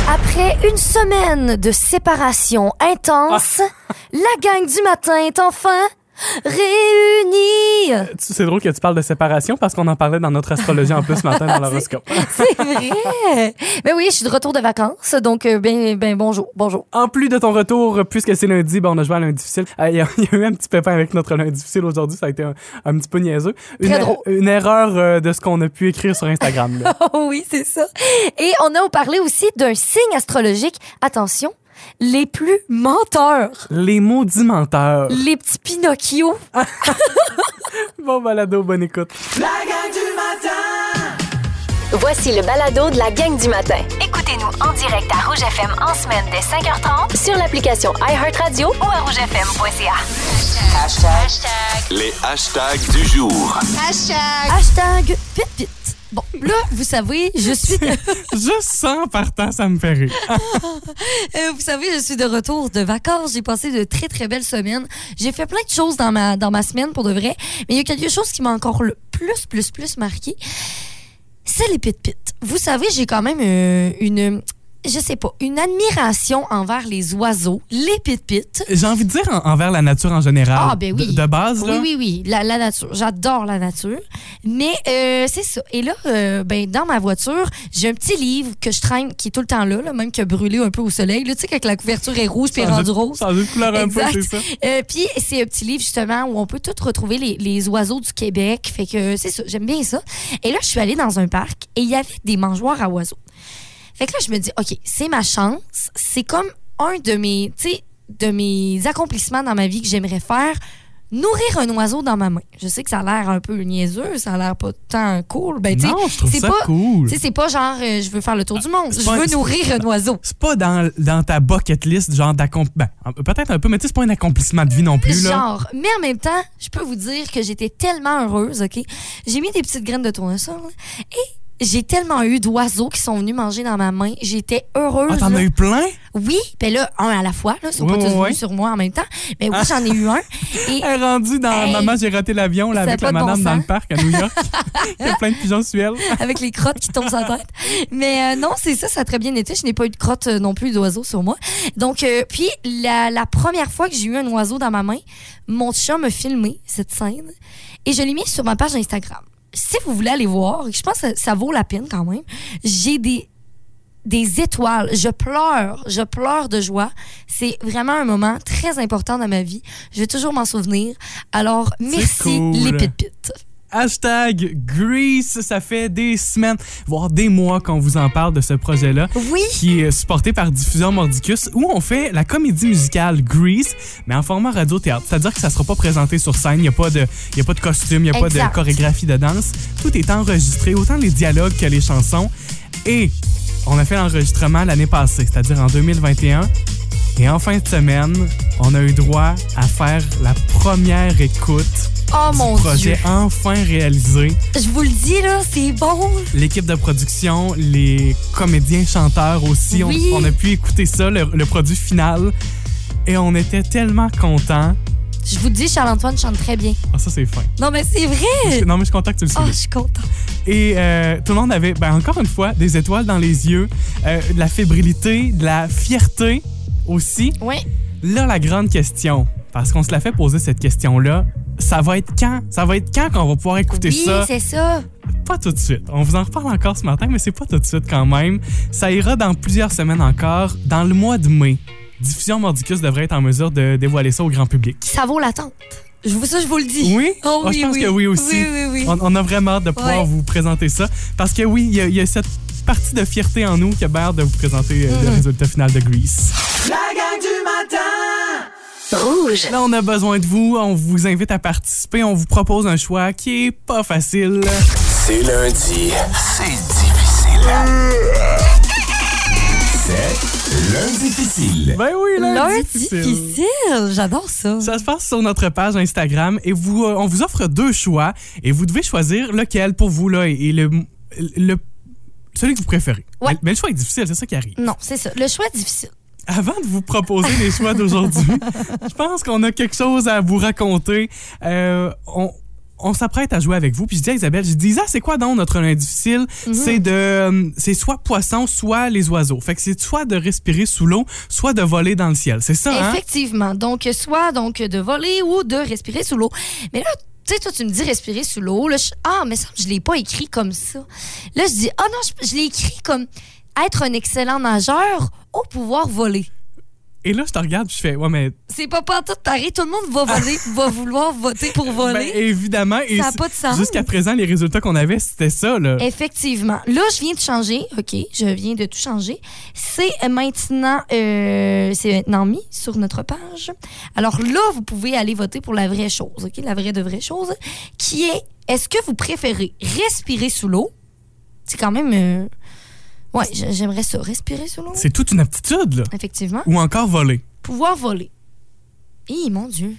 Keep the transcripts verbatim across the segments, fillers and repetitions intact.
Après une semaine de séparation intense, ah. la gang du matin est enfin réunis. C'est drôle que tu parles de séparation parce qu'on en parlait dans notre astrologie en plus ce matin dans l'horoscope. C'est vrai. Ben oui, je suis de retour de vacances, donc ben, ben bonjour, bonjour. En plus de ton retour, puisque c'est lundi, ben on a joué à lundi difficile. Il euh, y, y a eu un petit pépin avec notre lundi difficile aujourd'hui, ça a été un, un petit peu niaiseux. Une, Très drôle. Une erreur euh, de ce qu'on a pu écrire sur Instagram. Là. Oui, c'est ça. Et on a parlé aussi d'un signe astrologique. Attention. Les plus menteurs. Les maudits menteurs. Les petits Pinocchio. Bon balado, bonne écoute. La gang du matin. Voici le balado de la gang du matin. Écoutez-nous en direct à Rouge F M en semaine dès cinq heures trente sur l'application iHeartRadio ou à rouge f m point c a. Hashtag. Hashtag. Les hashtags du jour. Hashtag. Hashtag pit-pit. Bon, là, vous savez, je suis... De... Juste ça en partant, ça me fait rire. euh, vous savez, je suis de retour de vacances. J'ai passé de très, très belles semaines. J'ai fait plein de choses dans ma, dans ma semaine, pour de vrai. Mais il y a quelque chose qui m'a encore le plus, plus, plus marqué. C'est les pit-pit. Vous savez, j'ai quand même euh, une... je sais pas, une admiration envers les oiseaux, les pit-pit. J'ai envie de dire en, envers la nature en général. Ah, ben oui. De, de base, là. Oui, oui, oui. La, la nature. J'adore la nature. Mais euh, c'est ça. Et là, euh, ben, dans ma voiture, j'ai un petit livre que je traîne, qui est tout le temps là, là même qui a brûlé un peu au soleil. Là, tu sais, quand la couverture est rouge puis est rendue rose. Ça a de couleur un peu, c'est ça. Euh, puis c'est un petit livre, justement, où on peut tout retrouver les, les oiseaux du Québec. Fait que c'est ça. J'aime bien ça. Et là, je suis allée dans un parc et il y avait des mangeoires à oiseaux. Fait que là, je me dis, OK, c'est ma chance. C'est comme un de mes, tu sais, de mes accomplissements dans ma vie que j'aimerais faire, nourrir un oiseau dans ma main. Je sais que ça a l'air un peu niaiseux, ça a l'air pas tant cool. Ben, non, je trouve c'est ça pas, cool. Tu sais, c'est pas genre, euh, je veux faire le tour du monde. C'est je pas, veux nourrir un oiseau. C'est pas dans, dans ta bucket list, genre d'accomplissement. Ben, peut-être un peu, mais tu sais, c'est pas un accomplissement de vie non plus, là. Genre, mais en même temps, je peux vous dire que j'étais tellement heureuse, OK? J'ai mis des petites graines de tournesol et j'ai tellement eu d'oiseaux qui sont venus manger dans ma main. J'étais heureuse. Ah, t'en là. as eu plein? Oui, ben là, un à la fois. Là, ils sont oui, pas tous oui, venus oui. sur moi en même temps. Mais oui, ah. j'en ai eu un. Et elle est rendue dans hey, Maman, j'ai raté l'avion là, avec la madame bon dans le parc à New York. Il y a plein de pigeons suels. Avec les crottes qui tombent sur la tête. Mais euh, non, c'est ça, ça a très bien été. Je n'ai pas eu de crotte euh, non plus d'oiseaux sur moi. Donc, euh, puis la, la première fois que j'ai eu un oiseau dans ma main, mon chat m'a filmé cette scène et je l'ai mis sur ma page Instagram. Si vous voulez aller voir, je pense que ça vaut la peine quand même. J'ai des des étoiles. Je pleure. Je pleure de joie. C'est vraiment un moment très important dans ma vie. Je vais toujours m'en souvenir. Alors, merci cool. Les pit-pit. Hashtag Grease, ça fait des semaines, voire des mois qu'on vous en parle de ce projet-là. Oui. Qui est supporté par Diffusion Mordicus, où on fait la comédie musicale Grease, mais en format radio-théâtre. C'est-à-dire que ça ne sera pas présenté sur scène, il n'y a pas de, il y a pas de costume, il n'y a exact. Pas de chorégraphie de danse. Tout est enregistré, autant les dialogues que les chansons. Et on a fait l'enregistrement l'année passée, c'est-à-dire en deux mille vingt et un. Et en fin de semaine, on a eu droit à faire la première écoute oh du mon projet Dieu. Enfin réalisé. Je vous le dis, là, c'est bon. L'équipe de production, les comédiens, chanteurs aussi, oui. on, on a pu écouter ça, le, le produit final. Et on était tellement contents. Je vous dis, Charles-Antoine chante très bien. Ah, ça, c'est fin. Non, mais c'est vrai. Je, non, mais je suis content que tu le soulignes. Oh, je suis content. Et euh, tout le monde avait, ben, encore une fois, des étoiles dans les yeux, euh, de la fébrilité, de la fierté aussi. Oui. Là, la grande question, parce qu'on se l'a fait poser cette question-là, ça va être quand? Ça va être quand qu'on va pouvoir écouter oui, ça? Oui, c'est ça. Pas tout de suite. On vous en reparle encore ce matin, mais c'est pas tout de suite quand même. Ça ira dans plusieurs semaines encore, dans le mois de mai. Diffusion Mordicus devrait être en mesure de dévoiler ça au grand public. Ça vaut l'attente. Je vous, ça, je vous le dis. Oui? Oh, oh, oui je pense oui. que oui aussi. Oui, oui, oui. On, on a vraiment hâte de pouvoir ouais. vous présenter ça. Parce que oui, il y, y a cette partie de fierté en nous qui a hâte de vous présenter mm. le résultat final de Grease. La gang du matin! Rouge. Là, on a besoin de vous. On vous invite à participer. On vous propose un choix qui est pas facile. C'est lundi. C'est difficile. C'est lundi difficile. Ben oui, lundi, lundi difficile. difficile. J'adore ça. Ça se passe sur notre page Instagram et vous, euh, on vous offre deux choix et vous devez choisir lequel pour vous là et le, le celui que vous préférez. Ouais. Mais, mais le choix est difficile, c'est ça qui arrive. Non, c'est ça. Le choix est difficile. Avant de vous proposer les choix d'aujourd'hui, je pense qu'on a quelque chose à vous raconter. Euh, on, on s'apprête à jouer avec vous. Puis je dis à Isabelle, je dis, ah, c'est quoi donc notre lundi difficile? Mm-hmm. C'est de, c'est soit poisson, soit les oiseaux. Fait que c'est soit de respirer sous l'eau, soit de voler dans le ciel. C'est ça, hein? Effectivement. Donc, soit donc de voler ou de respirer sous l'eau. Mais là, tu sais, toi, tu me dis respirer sous l'eau. Là, je, ah, mais ça, je l'ai pas écrit comme ça. Là, je dis, ah non, je, je l'ai écrit comme être un excellent nageur ou pouvoir voler. Et là, je te regarde, je fais, ouais, mais. C'est pas partout pareil. Tout le monde va voler, va vouloir voter pour voler. Ben, évidemment. Et ça n'a pas de sens. Jusqu'à présent, les résultats qu'on avait, c'était ça, là. Effectivement. Là, je viens de changer. OK, je viens de tout changer. C'est maintenant, euh, c'est maintenant mis sur notre page. Alors là, vous pouvez aller voter pour la vraie chose, OK? La vraie de vraie chose, qui est, est-ce que vous préférez respirer sous l'eau? C'est quand même. Euh, Ouais, j'aimerais ça, respirer sous l'eau. C'est toute une aptitude, là. Effectivement. Ou encore voler. Pouvoir voler. Hé, mon Dieu.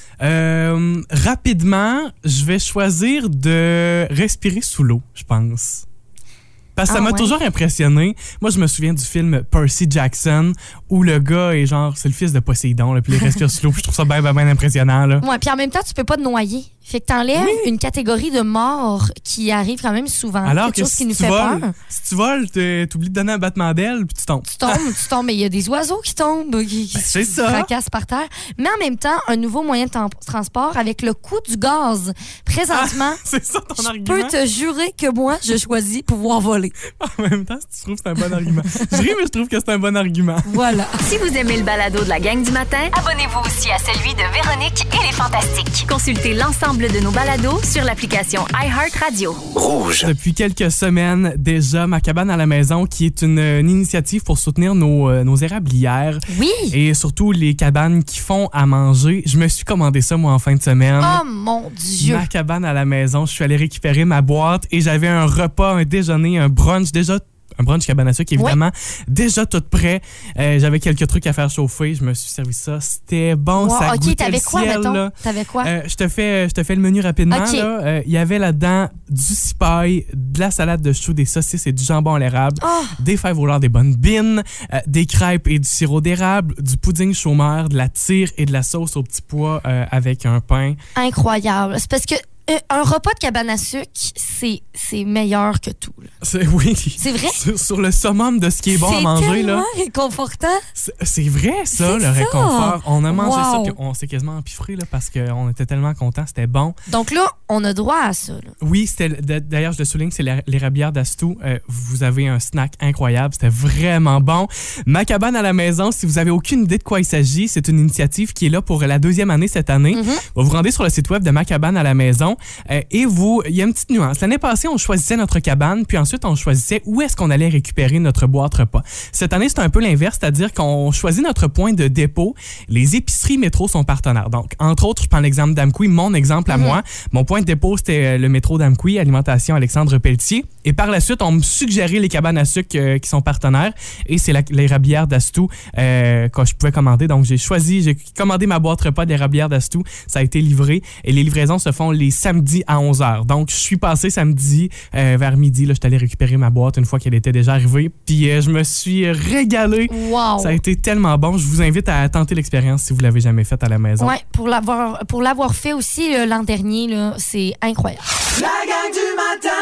Euh, rapidement, je vais choisir de respirer sous l'eau, je pense. Parce que ah, ça m'a ouais. toujours impressionné. Moi, je me souviens du film Percy Jackson, où le gars est genre, c'est le fils de Poséidon, là, puis il respire sous l'eau. Je trouve ça bien, bien, bien impressionnant, là. Ouais, puis en même temps, tu peux pas te noyer. Fait que t'enlèves oui. une catégorie de morts qui arrive quand même souvent. Alors quelque que chose si qui nous tu fait voles, peur. Si tu voles, t'oublies de donner un battement d'aile, puis tu tombes. Tu tombes, tu tombes, mais il y a des oiseaux qui tombent, qui, qui ben, se fracassent par terre. Mais en même temps, un nouveau moyen de t- transport avec le coût du gaz. Présentement, ah, c'est ça ton je argument? peux te jurer que moi, je choisis pouvoir voler. En même temps, si tu trouves que c'est un bon argument. Je ris, mais je trouve que c'est un bon argument. Voilà. Si vous aimez le balado de la gang du matin, abonnez-vous aussi à celui de Véronique et les Fantastiques. Consultez l'ensemble de nos balados sur l'application iHeartRadio. Rouge. Depuis quelques semaines déjà, Ma cabane à la maison, qui est une, une initiative pour soutenir nos, euh, nos érablières. Oui. Et surtout les cabanes qui font à manger. Je me suis commandé ça, moi, en fin de semaine. Oh mon Dieu. Ma cabane à la maison. Je suis allé récupérer ma boîte et j'avais un repas, un déjeuner, un brunch déjà un brunch cabane à sucre, évidemment, oui. déjà tout prêt. Euh, j'avais quelques trucs à faire chauffer. Je me suis servi ça. C'était bon, wow, ça okay, goûtait t'avais le quoi, ciel. Mettons? T'avais quoi? Euh, je te fais, je te fais le menu rapidement. Il okay. euh, y avait là-dedans du cipaille, de la salade de chou, des saucisses et du jambon à l'érable, oh. des fèves au lard, des bonnes bines, euh, des crêpes et du sirop d'érable, du pudding chômeur, de la tire et de la sauce au petit pois euh, avec un pain. Incroyable. C'est parce que Euh, un repas de cabane à sucre, c'est, c'est meilleur que tout. Là. C'est, oui. C'est vrai? Sur, sur le summum de ce qui est bon c'est à manger. C'est tellement là. réconfortant. C'est, c'est vrai, ça, c'est le ça. réconfort. On a mangé wow. ça, puis on s'est quasiment empiffré là, parce qu'on était tellement contents, c'était bon. Donc là, on a droit à ça. Là. Oui, c'était, d'ailleurs, je le souligne, c'est l'érablière d'Astou. Euh, vous avez un snack incroyable, c'était vraiment bon. Ma cabane à la maison, si vous avez aucune idée de quoi il s'agit, c'est une initiative qui est là pour la deuxième année cette année. Mm-hmm. Vous vous rendez sur le site web de Ma cabane à la maison euh, et vous, il y a une petite nuance. L'année passée, on choisissait notre cabane, puis ensuite, on choisissait où est-ce qu'on allait récupérer notre boîte repas. Cette année, c'est un peu l'inverse, c'est-à-dire qu'on choisit notre point de dépôt. Les épiceries métro sont partenaires. Donc, entre autres, je prends l'exemple d'Amqui, mon exemple à mm-hmm. moi. Mon point de dépôt, c'était le métro d'Amqui, Alimentation Alexandre Pelletier. Et par la suite, on me suggérait les cabanes à sucre euh, qui sont partenaires. Et c'est la, l'érablière d'Astou euh, que je pouvais commander. Donc, j'ai choisi, j'ai commandé ma boîte repas d'érablière d'Astou. Ça a été livré. Et les livraisons se font les samedis à onze heures. Donc, je suis passé samedi euh, vers midi. Là, je suis allé récupérer ma boîte une fois qu'elle était déjà arrivée. Puis, euh, je me suis régalé. Wow. Ça a été tellement bon. Je vous invite à tenter l'expérience si vous l'avez jamais faite à la maison. Oui, pour l'avoir, pour l'avoir fait aussi euh, l'an dernier, là, c'est incroyable. La gang du matin!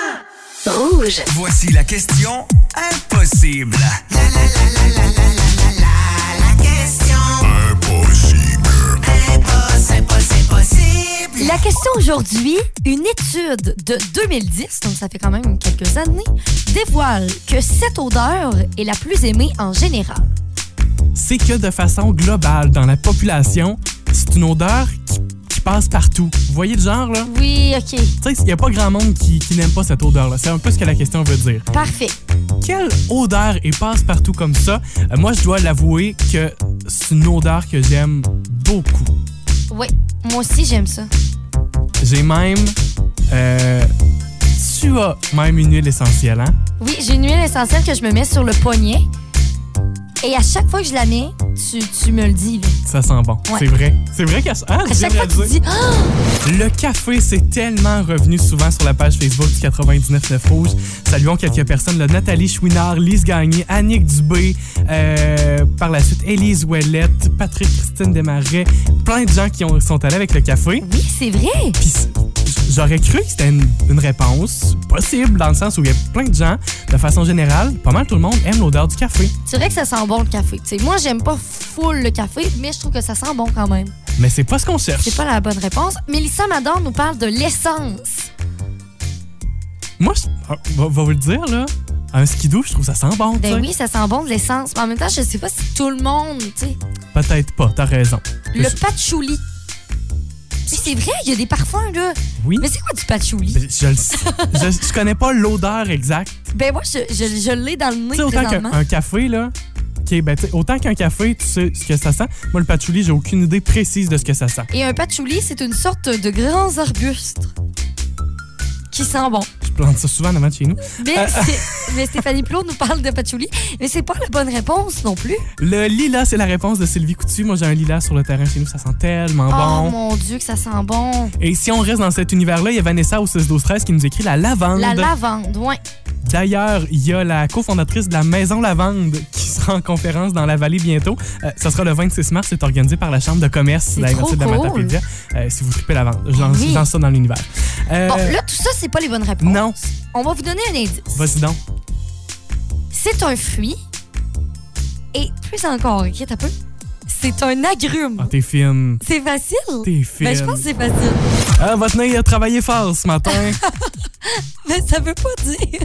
Rouge. Voici la question impossible. La, la, la, la, la, la, la, la, la question Impossible. Impossible, impossible, impossible. La question aujourd'hui, une étude de deux mille dix, donc ça fait quand même quelques années, dévoile que cette odeur est la plus aimée en général. C'est que de façon globale, dans la population, c'est une odeur qui passe partout. Vous voyez le genre, là? Oui, OK. Tu sais, il n'y a pas grand monde qui, qui n'aime pas cette odeur-là. C'est un peu ce que la question veut dire. Parfait. Quelle odeur est passe-partout comme ça? Euh, moi, je dois l'avouer que c'est une odeur que j'aime beaucoup. Oui, moi aussi, j'aime ça. J'ai même... Euh, tu as même une huile essentielle, hein? Oui, j'ai une huile essentielle que je me mets sur le poignet. Et à chaque fois que je la mets, tu, tu me le dis. Là. Ça sent bon. Ouais. C'est vrai. C'est vrai qu'à ah, à chaque fois, tu dis... Oh! Le café, c'est tellement revenu souvent sur la page Facebook du quatre-vingt-dix-neuf neuf Rouge. Saluons quelques personnes. Là, Nathalie Chouinard, Lise Gagné, Annick Dubé, euh, par la suite, Élise Ouellette, Patrick Christine Desmarais. Plein de gens qui ont, sont allés avec le café. Oui, c'est vrai. Puis j'aurais cru que c'était une, une réponse possible, dans le sens où il y a plein de gens, de façon générale, pas mal tout le monde aime l'odeur du café. C'est vrai que ça sent bon le café. T'sais, moi, j'aime pas full le café, mais je trouve que ça sent bon quand même. Mais c'est pas ce qu'on cherche. C'est pas la bonne réponse. Mélissa Mador nous parle de l'essence. Moi, je, va, va vous le dire, là, un skidoo, je trouve ça sent bon. Ben t'sais. oui, ça sent bon de l'essence. Mais en même temps, je sais pas si tout le monde, tu sais. Peut-être pas, t'as raison. Le Je- patchouli. Mais c'est vrai, il y a des parfums, là. Oui. Mais c'est quoi du patchouli? Ben, Je, le- je, je connais pas l'odeur exacte. Ben moi, je, je, je l'ai dans le nez Tu sais, autant présentement. qu'un un café, là. OK, ben, tu sais, autant qu'un café, tu sais ce que ça sent. Moi, le patchouli, j'ai aucune idée précise de ce que ça sent. Et un patchouli, c'est une sorte de grands arbustes qui sent bon. Je plante ça souvent devant de chez nous. Mais, c'est- mais Stéphanie Plot nous parle de patchouli. Mais c'est pas la bonne réponse non plus. Le lilas, c'est la réponse de Sylvie Coutu. Moi, j'ai un lilas sur le terrain chez nous. Ça sent tellement Oh bon. mon Dieu, que ça sent bon. Et si on reste dans cet univers-là, il y a Vanessa au six douze treize qui nous écrit la lavande. La lavande, ouais. D'ailleurs, il y a la cofondatrice de la Maison Lavande qui sera en conférence dans la vallée bientôt. Euh, ça sera le vingt-six mars. C'est organisé par la Chambre de commerce C'est de la trop Université de la cool. Matapédia. Euh, si vous tripez la vente, je lance, Oui. je lance ça dans l'univers. Euh, Bon, là, tout ça, c'est pas les bonnes réponses. non, On va vous donner un indice. vas-y donc. C'est un fruit. Et plus encore, ok, t'as peu. C'est un agrume. Ah, t'es fine. C'est facile. T'es fine. Ben, je pense que c'est facile. Ah, votre nez a travaillé fort ce matin. Mais ça veut pas dire.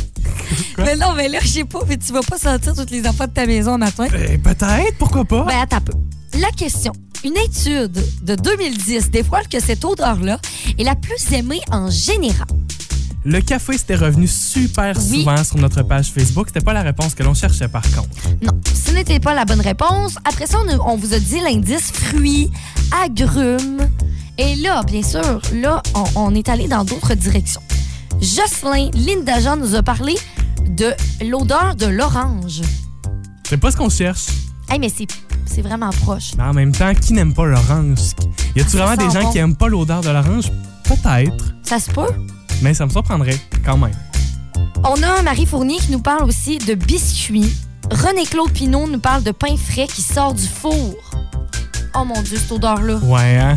Quoi? Mais non, mais là, je sais pas, mais tu vas pas sentir toutes les enfants de ta maison un matin. Eh, peut-être, pourquoi pas? Ben, attends un peu. La question. Une étude de deux mille dix dévoile que cette odeur-là est la plus aimée en général. Le café, c'était revenu super Oui. souvent sur notre page Facebook. C'était pas la réponse que l'on cherchait, par contre. Non, ce n'était pas la bonne réponse. Après ça, on, a- on vous a dit l'indice fruits, agrumes. Et là, bien sûr, là, on, on est allé dans d'autres directions. Jocelyn, Linda Jean nous a parlé de l'odeur de l'orange. C'est pas ce qu'on cherche. Hey, mais c'est, c'est vraiment proche. Mais en même temps, qui n'aime pas l'orange? Y a-tu Ça vraiment des sent gens bon. qui aiment pas l'odeur de l'orange? Peut-être. Ça se peut? Mais ça me surprendrait, quand même. On a Marie Fournier qui nous parle aussi de biscuits. René-Claude Pinault nous parle de pain frais qui sort du four. Oh mon Dieu, cette odeur-là. Ouais, hein?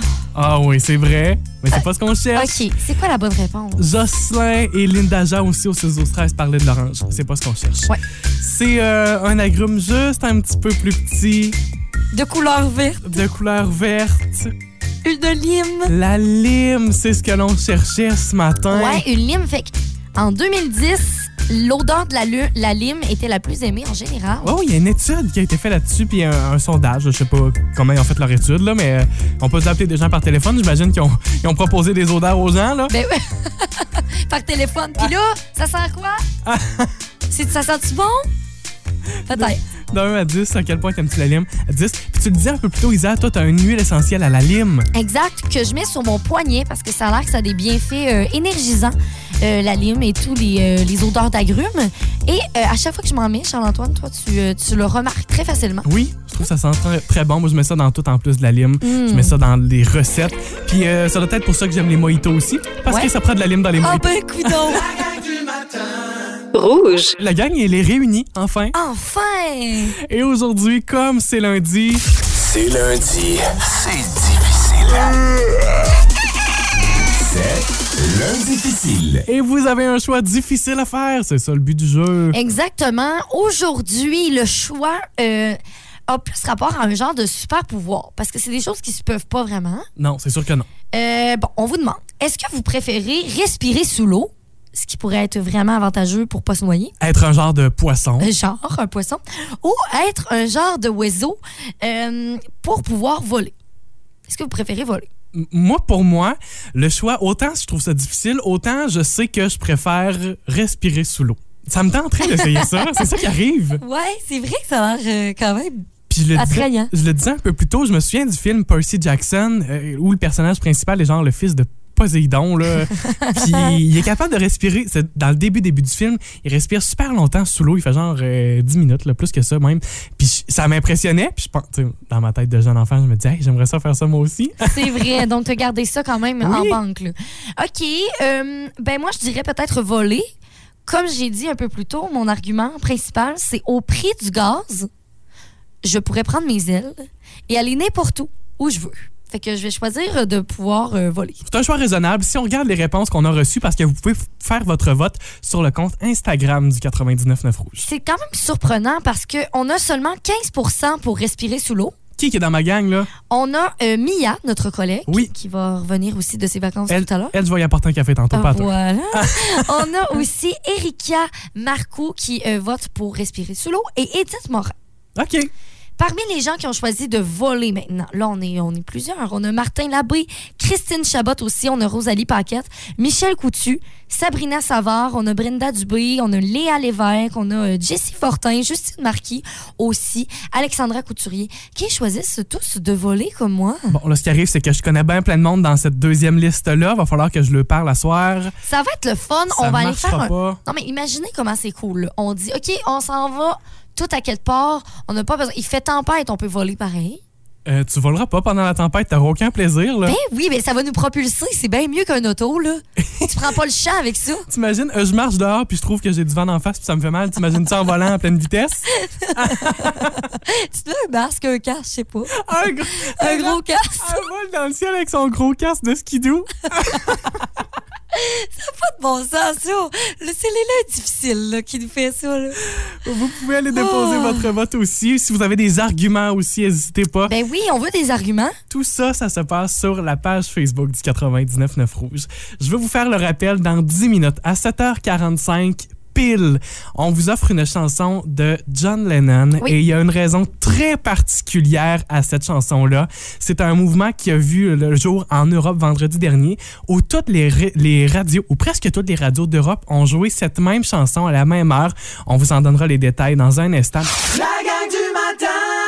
Ah oui, c'est vrai. Mais c'est Euh, pas ce qu'on cherche. OK, c'est quoi la bonne réponse? Jocelyn et Linda Jean aussi au six douze treize parlaient de l'orange. C'est pas ce qu'on cherche. Ouais. C'est euh, un agrume juste un petit peu plus petit, De couleur verte, de couleur verte. une lime. La lime, c'est ce que l'on cherchait ce matin. Ouais, une lime. Fait en deux mille dix, l'odeur de la, lu- la lime était la plus aimée en général. Oh, il y a une étude qui a été faite là-dessus, puis un, un sondage. Je sais pas comment ils ont fait leur étude, là, mais euh, on peut appeler des gens par téléphone. J'imagine qu'ils ont, ils ont proposé des odeurs aux gens. Là. Ben ouais. Par téléphone. Puis là, ça sent quoi? C'est, ça sent-tu bon? Peut-être. D'un à dix, à quel point t'aimes-tu la lime? À dix. Puis tu le disais un peu plus tôt, Isa, toi, t'as une huile essentielle à la lime. Exact, que je mets sur mon poignet parce que ça a l'air que ça a des bienfaits euh, énergisants, euh, la lime et tous les, euh, les odeurs d'agrumes. Et euh, à chaque fois que je m'en mets, Charles-Antoine, toi, tu, euh, tu le remarques très facilement. Oui, je trouve que ça sent très, très bon. Moi, je mets ça dans tout en plus de la lime. Mm. Je mets ça dans les recettes. Puis euh, ça doit être pour ça que j'aime les mojitos aussi, parce Ouais. que ça prend de la lime dans les Ah mojitos. ben, coudonc! La gang du matin. Rouge. La gang, elle est réunie, enfin. Enfin! Et aujourd'hui, comme c'est lundi, C'est lundi. C'est difficile. C'est lundi difficile. et vous avez un choix difficile à faire. C'est ça le but du jeu. Exactement. Aujourd'hui, le choix euh, a plus rapport à un genre de super pouvoir parce que c'est des choses qui se peuvent pas vraiment. Non, c'est sûr que non. Euh, bon, on vous demande, est-ce que vous préférez respirer sous l'eau, ce qui pourrait être vraiment avantageux pour pas se noyer, Être un genre de poisson. genre un poisson, ou être un genre de oiseau euh, pour pouvoir voler? Est-ce que vous préférez voler? M- Moi, pour moi, le choix, autant je trouve ça difficile, autant je sais que je préfère respirer sous l'eau. Ça me tenterait d'essayer ça. C'est ça qui arrive. Ouais, c'est vrai que ça a l'air euh, quand même. Puis je le, disais, Attrayant. je le disais un peu plus tôt, je me souviens du film Percy Jackson, euh, où le personnage principal est genre le fils de Poséidon, là. Puis il est capable de respirer. C'est dans le début, début du film, il respire super longtemps sous l'eau. Il fait genre euh, dix minutes, là, plus que ça même. Puis ça m'impressionnait. Puis je pense, tu sais, dans ma tête de jeune enfant, je me disais, hey, j'aimerais ça faire ça moi aussi. C'est vrai, donc tu as gardé ça quand même en Oui. banque. Là. OK, euh, ben moi, je dirais peut-être voler. Comme j'ai dit un peu plus tôt, mon argument principal, c'est au prix du gaz, je pourrais prendre mes ailes et aller n'importe où, où je veux. Fait que je vais choisir de pouvoir euh, voler. C'est un choix raisonnable. Si on regarde les réponses qu'on a reçues, parce que vous pouvez f- faire votre vote sur le compte Instagram du quatre-vingt-dix-neuf neuf Rouge. C'est quand même surprenant parce qu'on a seulement quinze pour cent pour respirer sous l'eau. Qui qui est dans ma gang, là? On a euh, Mia, notre collègue, oui. qui va revenir aussi de ses vacances elle, tout à l'heure. Elle, je vais y apporter un café tantôt, ah, pas toi. Voilà. On a aussi Erika Marcoux qui euh, vote pour respirer sous l'eau et Edith Morin. OK. Parmi les gens qui ont choisi de voler maintenant, là, on est, on est plusieurs. On a Martin Labbé, Christine Chabot aussi, on a Rosalie Paquette, Michel Coutu, Sabrina Savard, on a Brenda Dubé, on a Léa Lévesque, on a euh, Jessie Fortin, Justine Marquis aussi, Alexandra Couturier, qui choisissent tous de voler comme moi. Bon, là, ce qui arrive, c'est que je connais bien plein de monde dans cette deuxième liste-là. Va falloir que je le parle à soir. Ça va être le fun. Ça on va aller faire un... pas. Non, mais imaginez comment c'est cool. Là. On dit, OK, on s'en va tout à quelque part. On n'a pas besoin. Il fait tempête, on peut voler pareil. Euh, tu voleras pas pendant la tempête, t'auras aucun plaisir, là. Ben oui, mais ça va nous propulser. C'est bien mieux qu'un auto, là. Tu prends pas le champ avec ça. T'imagines, euh, je marche dehors puis je trouve que j'ai du vent en face puis ça me fait mal. T'imagines ça en volant à pleine vitesse? Tu te veux un masque, un casque, je sais pas. Un, gros, un gros casque. Un vol dans le ciel avec son gros casque de skidoo. Ça n'a pas de bon sens, ça. C'est les là difficiles là, qui nous fait ça. Là. Vous pouvez aller déposer oh. votre vote aussi. Si vous avez des arguments aussi, n'hésitez pas. Ben oui, on veut des arguments. Tout ça, ça se passe sur la page Facebook du quatre-vingt-dix-neuf neuf Rouge. Je vais vous faire le rappel dans dix minutes, à sept heures quarante-cinq, pile, on vous offre une chanson de John Lennon oui. et il y a une raison très particulière à cette chanson-là. C'est un mouvement qui a vu le jour en Europe vendredi dernier où toutes les, ra- les radios, ou presque toutes les radios d'Europe ont joué cette même chanson à la même heure. On vous en donnera les détails dans un instant. La gang du matin!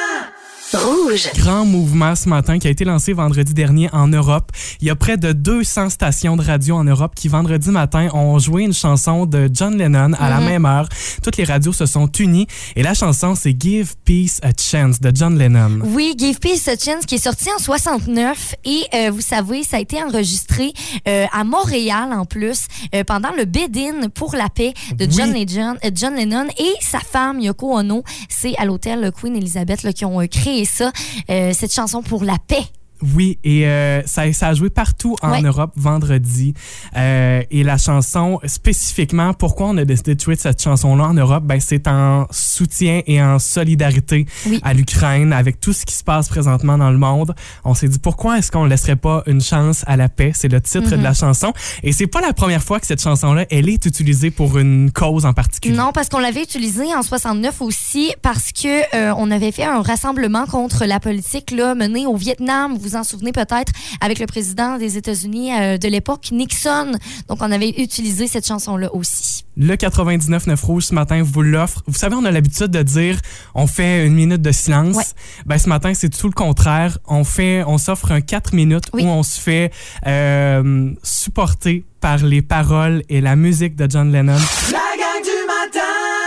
Rouge. Grand mouvement ce matin qui a été lancé vendredi dernier en Europe. Il y a près de deux cents stations de radio en Europe qui, vendredi matin, ont joué une chanson de John Lennon à mm-hmm. la même heure. Toutes les radios se sont unies et la chanson, c'est Give Peace a Chance de John Lennon. Oui, Give Peace a Chance qui est sorti en soixante-neuf et euh, vous savez, ça a été enregistré euh, à Montréal en plus euh, pendant le bid-in pour la paix de John, oui. Legend, euh, John Lennon et sa femme Yoko Ono. C'est à l'hôtel Queen Elizabeth là, qui ont euh, créé ça, euh, cette chanson pour la paix. Oui, et euh, ça, ça a joué partout en ouais. Europe vendredi. Euh, et la chanson, spécifiquement, pourquoi on a décidé de jouer cette chanson-là en Europe? Ben, c'est en soutien et en solidarité oui. à l'Ukraine, avec tout ce qui se passe présentement dans le monde. On s'est dit, pourquoi est-ce qu'on ne laisserait pas une chance à la paix? C'est le titre mm-hmm. de la chanson. Et c'est pas la première fois que cette chanson-là, elle est utilisée pour une cause en particulier. Non, parce qu'on l'avait utilisée en soixante-neuf aussi, parce que euh, on avait fait un rassemblement contre la politique là, menée au Vietnam. Vous vous en souvenez peut-être, avec le président des États-Unis euh, de l'époque, Nixon. Donc, on avait utilisé cette chanson-là aussi. Le quatre-vingt-dix-neuf neuf Rouge, ce matin, vous l'offre. Vous savez, on a l'habitude de dire, on fait une minute de silence. Ouais. Ben, ce matin, c'est tout le contraire. On fait, on s'offre un quatre minutes oui. où on se fait euh, supporter par les paroles et la musique de John Lennon. La gang du matin!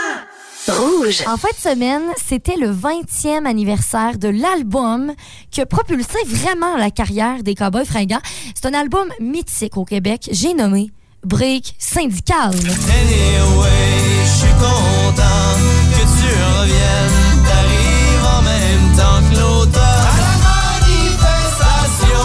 Rouge. En fin de semaine, c'était le vingtième anniversaire de l'album qui a propulsé vraiment la carrière des Cowboys Fringants. C'est un album mythique au Québec. J'ai nommé Break Syndical. Anyway, je suis content que tu reviennes. T'arrives en même temps que l'automne. À la manifestation,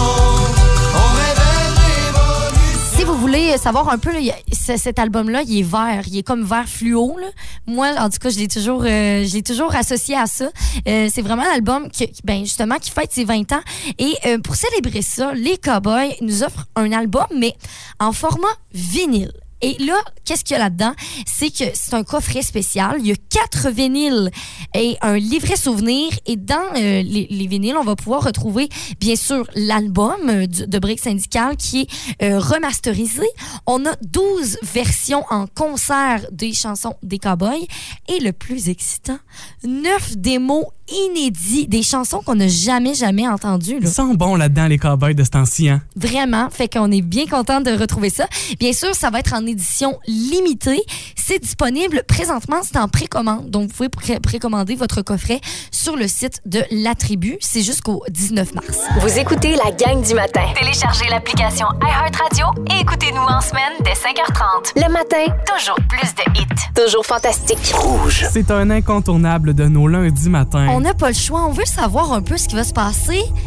on rêvait révolution. Si vous voulez savoir un peu, là, cet album-là, il est vert. Il est comme vert fluo. Là. Moi, en tout cas, je l'ai toujours, euh, je l'ai toujours associé à ça. Euh, c'est vraiment un album qui, ben, justement, qui fête ses vingt ans. Et euh, pour célébrer ça, les Cowboys nous offrent un album, mais en format vinyle. Et là, qu'est-ce qu'il y a là-dedans? C'est que c'est un coffret spécial. Il y a quatre vinyles et un livret souvenir. Et dans euh, les, les vinyles, on va pouvoir retrouver, bien sûr, l'album euh, de Break Syndical qui est euh, remasterisé. On a douze versions en concert des chansons des Cowboys. Et le plus excitant, neuf démos inédits, des chansons qu'on n'a jamais, jamais entendues. Là. Ils sont bons là-dedans, les Cowboys de ce temps-ci. Hein? Vraiment. Fait qu'on est bien content de retrouver ça. Bien sûr, ça va être en édition limitée. C'est disponible présentement, c'est en précommande. Donc, vous pouvez pré- précommander votre coffret sur le site de La Tribu. C'est jusqu'au dix-neuf mars. Vous écoutez la gang du matin. Téléchargez l'application iHeartRadio et écoutez-nous en semaine dès cinq heures trente. Le matin, toujours plus de hits. Toujours fantastique. Rouge. C'est un incontournable de nos lundis matins. On n'a pas le choix. On veut savoir un peu ce qui va se passer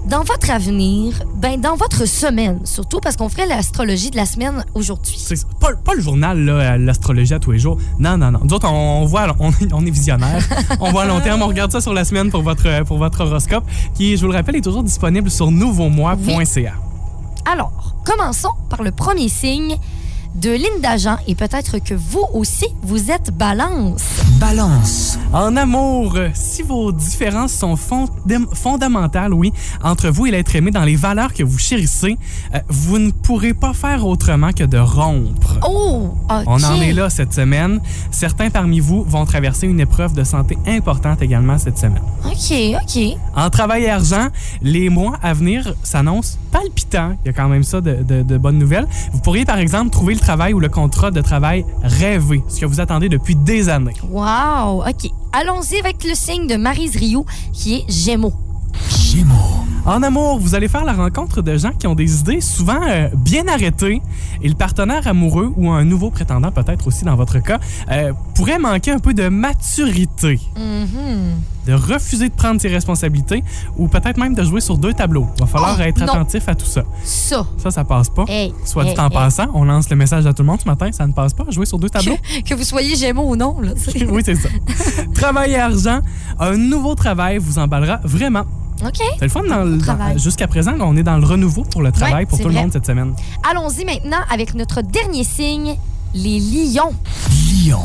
dans votre avenir, ben dans votre semaine, surtout parce qu'on ferait l'astrologie de la semaine aujourd'hui. C'est pas, pas le journal, là, l'astrologie à tous les jours. Non, non, non. Nous autres, on, on voit, on, on est visionnaires. On voit à long terme. On regarde ça sur la semaine pour votre, pour votre horoscope, qui, je vous le rappelle, est toujours disponible sur nouveau mois point c a. Oui. Alors, commençons par le premier signe de Linda Jean, et peut-être que vous aussi, vous êtes Balance. Balance. En amour, si vos différences sont fondam- fondamentales, oui, entre vous et l'être aimé dans les valeurs que vous chérissez, euh, vous ne pourrez pas faire autrement que de rompre. Oh, OK. On en est là cette semaine. Certains parmi vous vont traverser une épreuve de santé importante également cette semaine. OK, OK. En travail et argent, les mois à venir s'annoncent palpitants. Il y a quand même ça de, de, de bonnes nouvelles. Vous pourriez, par exemple, trouver le travail ou le contrat de travail rêvé, ce que vous attendez depuis des années. Wow, OK. Allons-y avec le signe de Maryse Rioux, qui est Gémeaux. Gémeaux. En amour, vous allez faire la rencontre de gens qui ont des idées souvent euh, bien arrêtées, et le partenaire amoureux ou un nouveau prétendant, peut-être aussi dans votre cas, euh, pourrait manquer un peu de maturité. Mm-hmm. De refuser de prendre ses responsabilités ou peut-être même de jouer sur deux tableaux. Il va falloir Oh, être non. attentif à tout ça. Ça. Ça, ça passe pas. Hey, Soit hey, dit en hey. passant, on lance le message à tout le monde ce matin, ça ne passe pas. Jouer sur deux tableaux. Que, que vous soyez Gémeaux ou non, là. c'est- Oui, c'est ça. Travail et argent, un nouveau travail vous emballera vraiment. OK. C'est le fun dans le- Travail. dans- jusqu'à présent, on est dans le renouveau pour le travail Ouais, pour c'est tout le vrai. monde cette semaine. Allons-y maintenant avec notre dernier signe, les Lions. Lion.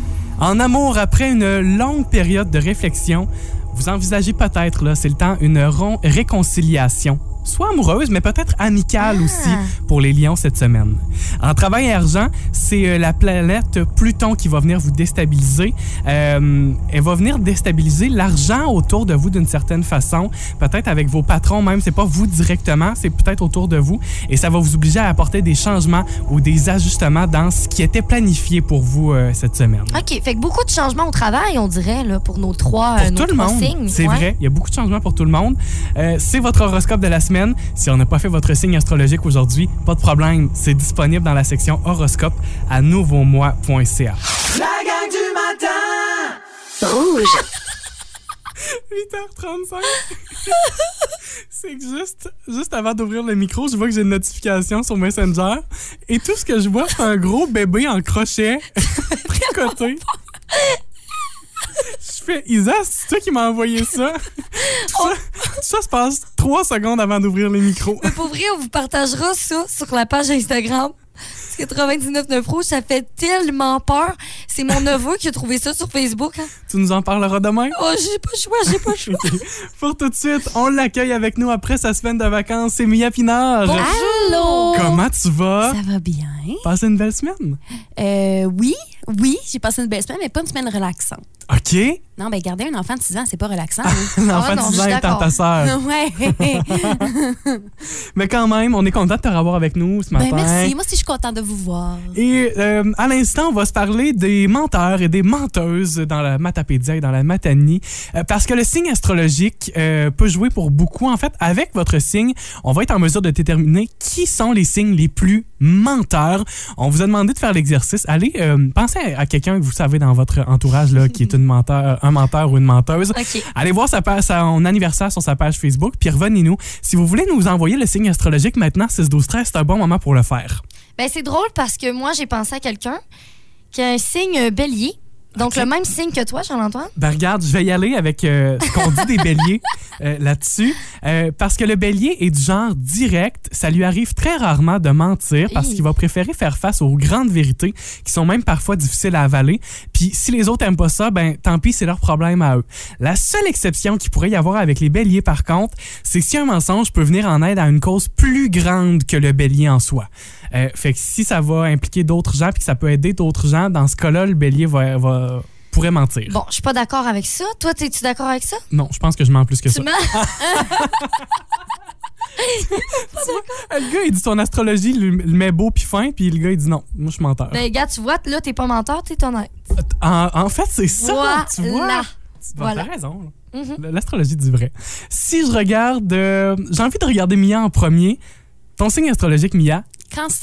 En amour, après une longue période de réflexion, vous envisagez peut-être, là, c'est le temps, une ron- réconciliation. Soit amoureuse, mais peut-être amicale Ah. aussi pour les lions cette semaine. En travail et argent, c'est euh, la planète Pluton qui va venir vous déstabiliser. Euh, elle va venir déstabiliser l'argent autour de vous d'une certaine façon. Peut-être avec vos patrons même, c'est pas vous directement, c'est peut-être autour de vous. Et ça va vous obliger à apporter des changements ou des ajustements dans ce qui était planifié pour vous euh, cette semaine. OK. Fait que beaucoup de changements au travail, on dirait, là, pour nos trois, Pour euh, nos tout le trois monde, signes. c'est Ouais. vrai. Il y a beaucoup de changements pour tout le monde. Euh, c'est votre horoscope de la semaine. Si on n'a pas fait votre signe astrologique aujourd'hui, pas de problème. C'est disponible dans la section horoscope à nouveau mois point c a. La gang du matin. Rouge. huit heures trente-cinq. C'est que juste, juste avant d'ouvrir le micro, je vois que j'ai une notification sur Messenger. Et tout ce que je vois, c'est un gros bébé en crochet tricoté. Je fais, Isa, c'est toi qui m'as envoyé ça? Tout ça, tout ça se passe trois secondes avant d'ouvrir les micros. Mais pour vrai, on vous partagera ça sur la page Instagram. quatre-vingt-dix-neuf neuf Rouge, ça fait tellement peur. C'est mon neveu qui a trouvé ça sur Facebook. Hein. Tu nous en parleras demain? Oh, j'ai pas le choix, j'ai pas le choix. OK. Pour tout de suite, on l'accueille avec nous après sa semaine de vacances. C'est Mia Pinard. Allô? Comment tu vas? Ça va bien? Passer une belle semaine? Euh, oui, oui, j'ai passé une belle semaine, mais pas une semaine relaxante. OK. Non, ben garder un enfant de six ans, c'est pas relaxant. L'enfant Ah de non, six je ans suis étant d'accord. ta sœur. Ouais. Mais quand même, on est content de te revoir avec nous ce matin. Ben merci, moi aussi je suis contente de vous voir. Et euh, à l'instant, on va se parler des menteurs et des menteuses dans la Matapédia et dans la Matanie. Euh, parce que le signe astrologique euh, peut jouer pour beaucoup. En fait, avec votre signe, on va être en mesure de déterminer qui sont les signes les plus menteurs. On vous a demandé de faire l'exercice. Allez, euh, pensez à, à quelqu'un que vous savez dans votre entourage là, qui est une menteur, un menteur ou une menteuse. OK. Allez voir sa page, son anniversaire sur sa page Facebook, puis revenez-nous. Si vous voulez nous envoyer le signe astrologique maintenant, six douze treize, c'est un bon moment pour le faire. Ben, c'est drôle parce que moi, j'ai pensé à quelqu'un qui a un signe euh, bélier. Donc, OK. le même signe que toi, Charles-Antoine. Ben regarde, je vais y aller avec euh, ce qu'on dit des béliers euh, là-dessus. Euh, parce que le bélier est du genre direct. Ça lui arrive très rarement de mentir parce Hi. qu'il va préférer faire face aux grandes vérités qui sont même parfois difficiles à avaler. Puis si les autres aiment pas ça, ben tant pis, c'est leur problème à eux. La seule exception qu'il pourrait y avoir avec les béliers, par contre, c'est si un mensonge peut venir en aide à une cause plus grande que le bélier en soi. Euh, fait que si ça va impliquer d'autres gens puis que ça peut aider d'autres gens, dans ce cas-là, le bélier va, va pourrait mentir. Bon, je suis pas d'accord avec ça. Toi, es-tu d'accord avec ça? Non, je pense que je mens plus que Tu ça. mens? Le gars, il dit son astrologie, il le met beau puis fin, puis le gars, il dit non, moi, je suis menteur. Ben, gars, tu vois, là, t'es pas menteur, t'es honnête. En, en fait, c'est ça, Voilà. tu vois. Tu Voilà. as raison. là. Mhm. L'astrologie dit vrai. Si je regarde... euh, j'ai envie de regarder Mia en premier. Ton signe astrologique, Mia,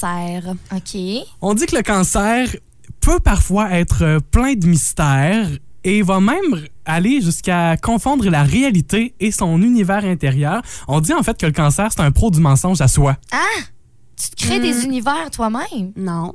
Cancer. OK. on dit que le cancer peut parfois être euh, plein de mystères Et il va même aller jusqu'à confondre la réalité et son univers intérieur. On dit en fait que le cancer, c'est un pro du mensonge à soi. Ah! Tu te crées mmh. des univers toi-même? Non.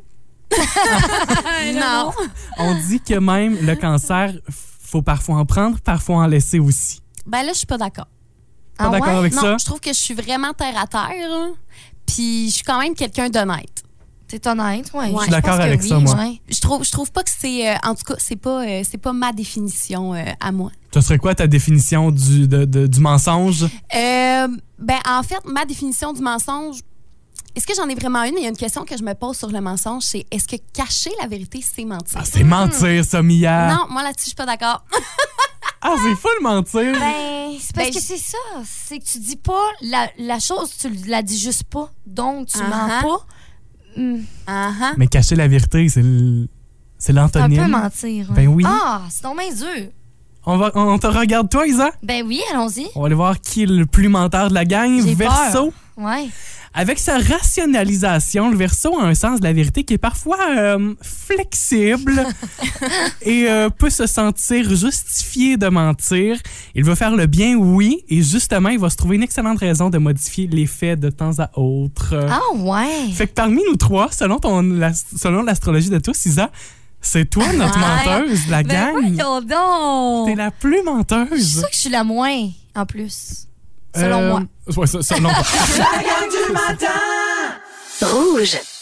non. On dit que même le cancer, faut parfois en prendre, parfois en laisser aussi. Ben là, je suis pas d'accord. Pas ah d'accord ouais? avec non, ça? Non, je trouve que je suis vraiment terre à terre. Hein. Puis je suis quand même quelqu'un d'honnête. T'es honnête, ouais. Je suis d'accord avec oui, ça, moi. Ouais. Je trouve, je trouve pas que c'est... Euh, en tout cas, c'est pas, euh, c'est pas ma définition euh, à moi. Ce serait quoi ta définition du, de, de, du mensonge? Euh, ben, en fait, ma définition du mensonge... Est-ce que j'en ai vraiment une? Il y a une question que je me pose sur le mensonge, c'est est-ce que cacher la vérité, c'est mentir? Ah, c'est mentir, ça, Mia! Non, moi là-dessus, je suis pas d'accord. Ah, c'est fou le mentir! Ben, c'est parce Ben, que c'est ça. C'est que tu dis pas la, la chose, tu la dis juste pas. Donc, tu Uh-huh. mens pas. Mm. Uh-huh. Mais cacher la vérité, c'est le- c'est C'est un l'antonyme. peu mentir. ouais. Ben oui. Ah, c'est donc bien dur. On, va, on te regarde, toi, Isa? Ben oui, allons-y. On va aller voir qui est le plus menteur de la gang. J'ai Verseau. peur. Ouais. Avec sa rationalisation, le Verseau a un sens de la vérité qui est parfois euh, flexible et euh, peut se sentir justifié de mentir. Il veut faire le bien, oui, et justement, il va se trouver une excellente raison de modifier les faits de temps à autre. Ah ouais. Fait que parmi nous trois, selon, ton, la, selon l'astrologie de tous, Isa, c'est toi notre menteuse de la Ben gang. voyons donc. T'es la plus Je suis menteuse. sûre que je suis la moins, en plus. Selon Euh, moi. Ouais, ça- selon toi. La gang du matin! Rouge.